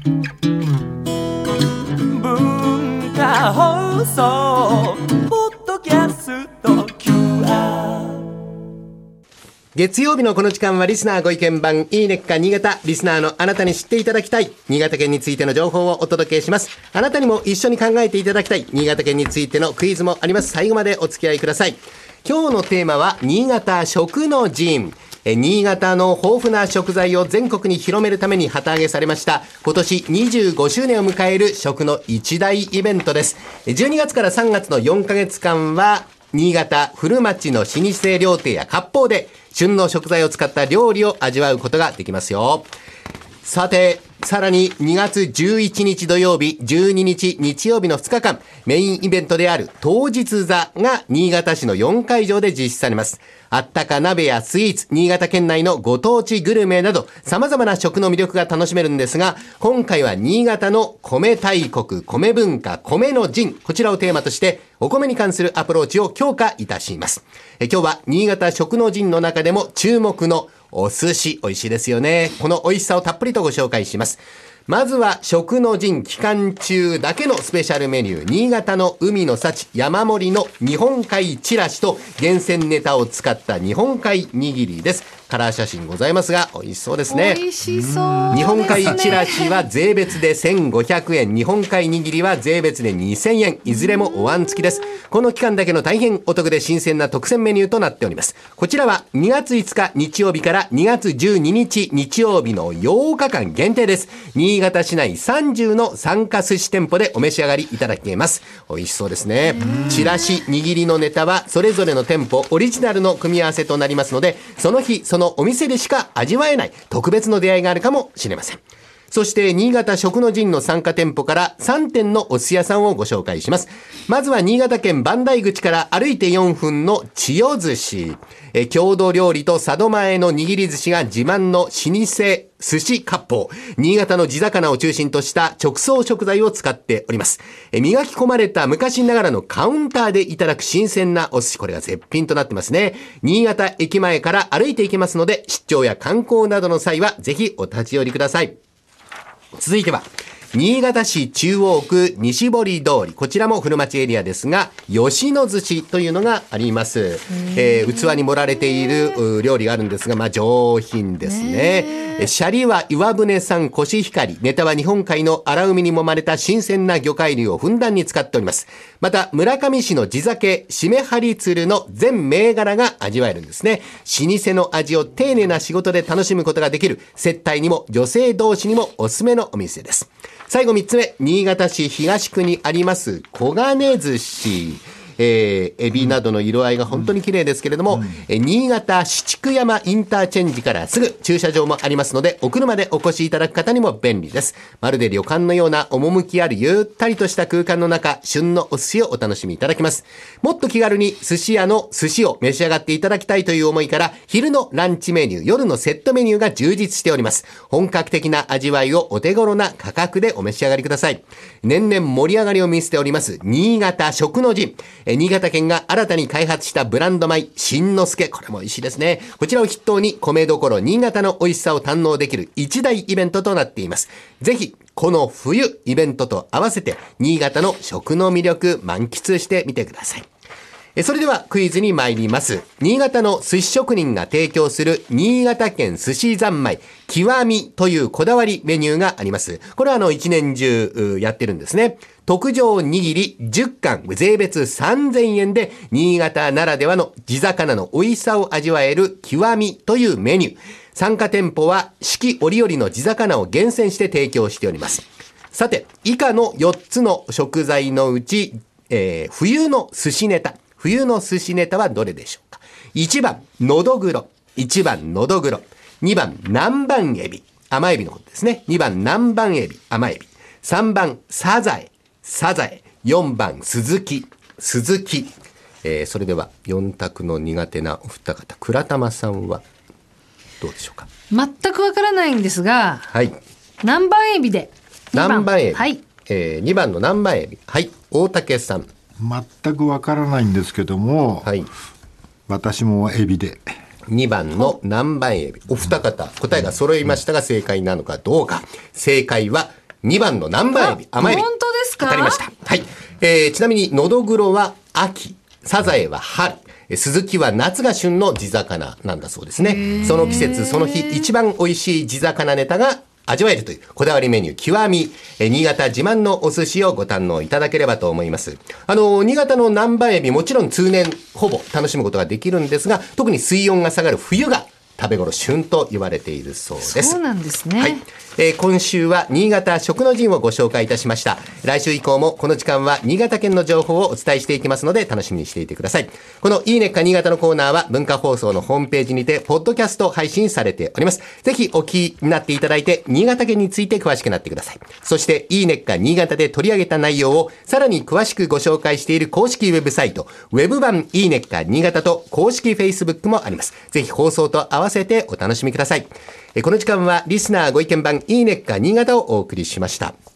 文化放送ポッドキャスト QR。 月曜日のこの時間はリスナーご意見番いいねっか新潟。リスナーのあなたに知っていただきたい新潟県についての情報をお届けします。あなたにも一緒に考えていただきたい新潟県についてのクイズもあります。最後までお付き合いください。今日のテーマは新潟食の陣。新潟の豊富な食材を全国に広めるために旗揚げされました今年25周年を迎える食の一大イベントです。12月から3月の4ヶ月間は新潟古町の老舗料亭や割烹で旬の食材を使った料理を味わうことができますよ。さて、さらに2月11日土曜日、12日日曜日の2日間、メインイベントである当日座が新潟市の4会場で実施されます。あったか鍋やスイーツ、新潟県内のご当地グルメなど、様々な食の魅力が楽しめるんですが、今回は新潟の米大国、米文化、米の陣、こちらをテーマとして、お米に関するアプローチを強化いたします。今日は新潟食の陣の中でも注目のお寿司、美味しいですよね。この美味しさをたっぷりとご紹介します。まずは食の陣期間中だけのスペシャルメニュー、新潟の海の幸山盛りの日本海ちらしと厳選ネタを使った日本海握りです。カラー写真ございますが美味しそうですね。 美味しそうですね。 日本海ちらしは税別で1500円、日本海握りは税別で2000円、いずれもお椀付きです。この期間だけの大変お得で新鮮な特選メニューとなっております。こちらは2月5日日曜日から2月12日日曜日の8日間限定です。新潟市内30の参加寿司店舗でお召し上がりいただけます。美味しそうですね。ちらし握りのネタはそれぞれの店舗オリジナルの組み合わせとなりますので、その日そのお店でしか味わえない特別の出会いがあるかもしれません。そして新潟食の陣の参加店舗から3店のお寿司屋さんをご紹介します。まずは新潟県磐梯口から歩いて4分の千代寿司。郷土料理と佐渡前の握り寿司が自慢の老舗寿司割烹。新潟の地魚を中心とした直送食材を使っております。磨き込まれた昔ながらのカウンターでいただく新鮮なお寿司。これが絶品となってますね。新潟駅前から歩いていけますので、出張や観光などの際はぜひお立ち寄りください。続いては新潟市中央区西堀通り、こちらも古町エリアですが吉野寿司というのがあります。器に盛られている料理があるんですが、上品ですね。シャリは岩船産コシヒカリ、ネタは日本海の荒海に揉まれた新鮮な魚介類をふんだんに使っております。また村上市の地酒しめはり鶴の全銘柄が味わえるんですね。老舗の味を丁寧な仕事で楽しむことができる、接待にも女性同士にもおすすめのお店です。最後3つ目、新潟市東区にあります黄金寿司。エビなどの色合いが本当に綺麗ですけれども、新潟七久山インターチェンジからすぐ駐車場もありますので、お車でお越しいただく方にも便利です。まるで旅館のような趣あるゆったりとした空間の中、旬のお寿司をお楽しみいただけます。もっと気軽に寿司屋の寿司を召し上がっていただきたいという思いから、昼のランチメニュー、夜のセットメニューが充実しております。本格的な味わいをお手頃な価格でお召し上がりください。年々盛り上がりを見せております新潟食の陣。新潟県が新たに開発したブランド米新之助、これも美味しいですね。こちらを筆頭に米どころ新潟の美味しさを堪能できる一大イベントとなっています。ぜひこの冬イベントと合わせて新潟の食の魅力満喫してみてください。それではクイズに参ります。新潟の寿司職人が提供する新潟県寿司三昧極みというこだわりメニューがあります。これは一年中やってるんですね。特上握り10貫税別3000円で新潟ならではの地魚の美味しさを味わえる極みというメニュー。参加店舗は四季折々の地魚を厳選して提供しております。さて、以下の4つの食材のうち、冬の寿司ネタはどれでしょうか。1番のどぐろ、2番南蛮エビ、甘エビのことですね。2番南蛮エビ、甘エビ、3番サザエ、4番スズキ。それでは4択の苦手なお二方、倉玉さんはどうでしょうか。 全くわからないんですが、 はい、 南蛮エビで南蛮エビ、 はい、 2番の南蛮エビ、はい、大竹さん。 全くわからないんですけども、 はい、 私もエビで。 2番の南蛮エビ。お二方答えが揃いましたが正解なのかどうか。正解は 2番の南蛮エビ、甘エビ。 本当ですか？ 当たりました。はい。ちなみに、のどぐろは秋、サザエは春、スズキは夏が旬の地魚なんだそうですね。その季節、その日、一番美味しい地魚ネタが味わえるというこだわりメニュー極み、新潟自慢のお寿司をご堪能いただければと思います。新潟の南蛮エビ、もちろん通年ほぼ楽しむことができるんですが、特に水温が下がる冬が食べ頃旬と言われているそうです。 そうなんですね。 はい。今週は新潟食の陣をご紹介いたしました。来週以降もこの時間は新潟県の情報をお伝えしていきますので楽しみにしていてください。このいいねっか新潟のコーナーは文化放送のホームページにてポッドキャスト配信されております。ぜひお聞きになっていただいて新潟県について詳しくなってください。そしていいねっか新潟で取り上げた内容をさらに詳しくご紹介している公式ウェブサイト、ウェブ版いいねっか新潟と公式 Facebook もあります。ぜひ放送と合わせてお楽しみください。この時間はリスナーご意見番いいねっか新潟をお送りしました。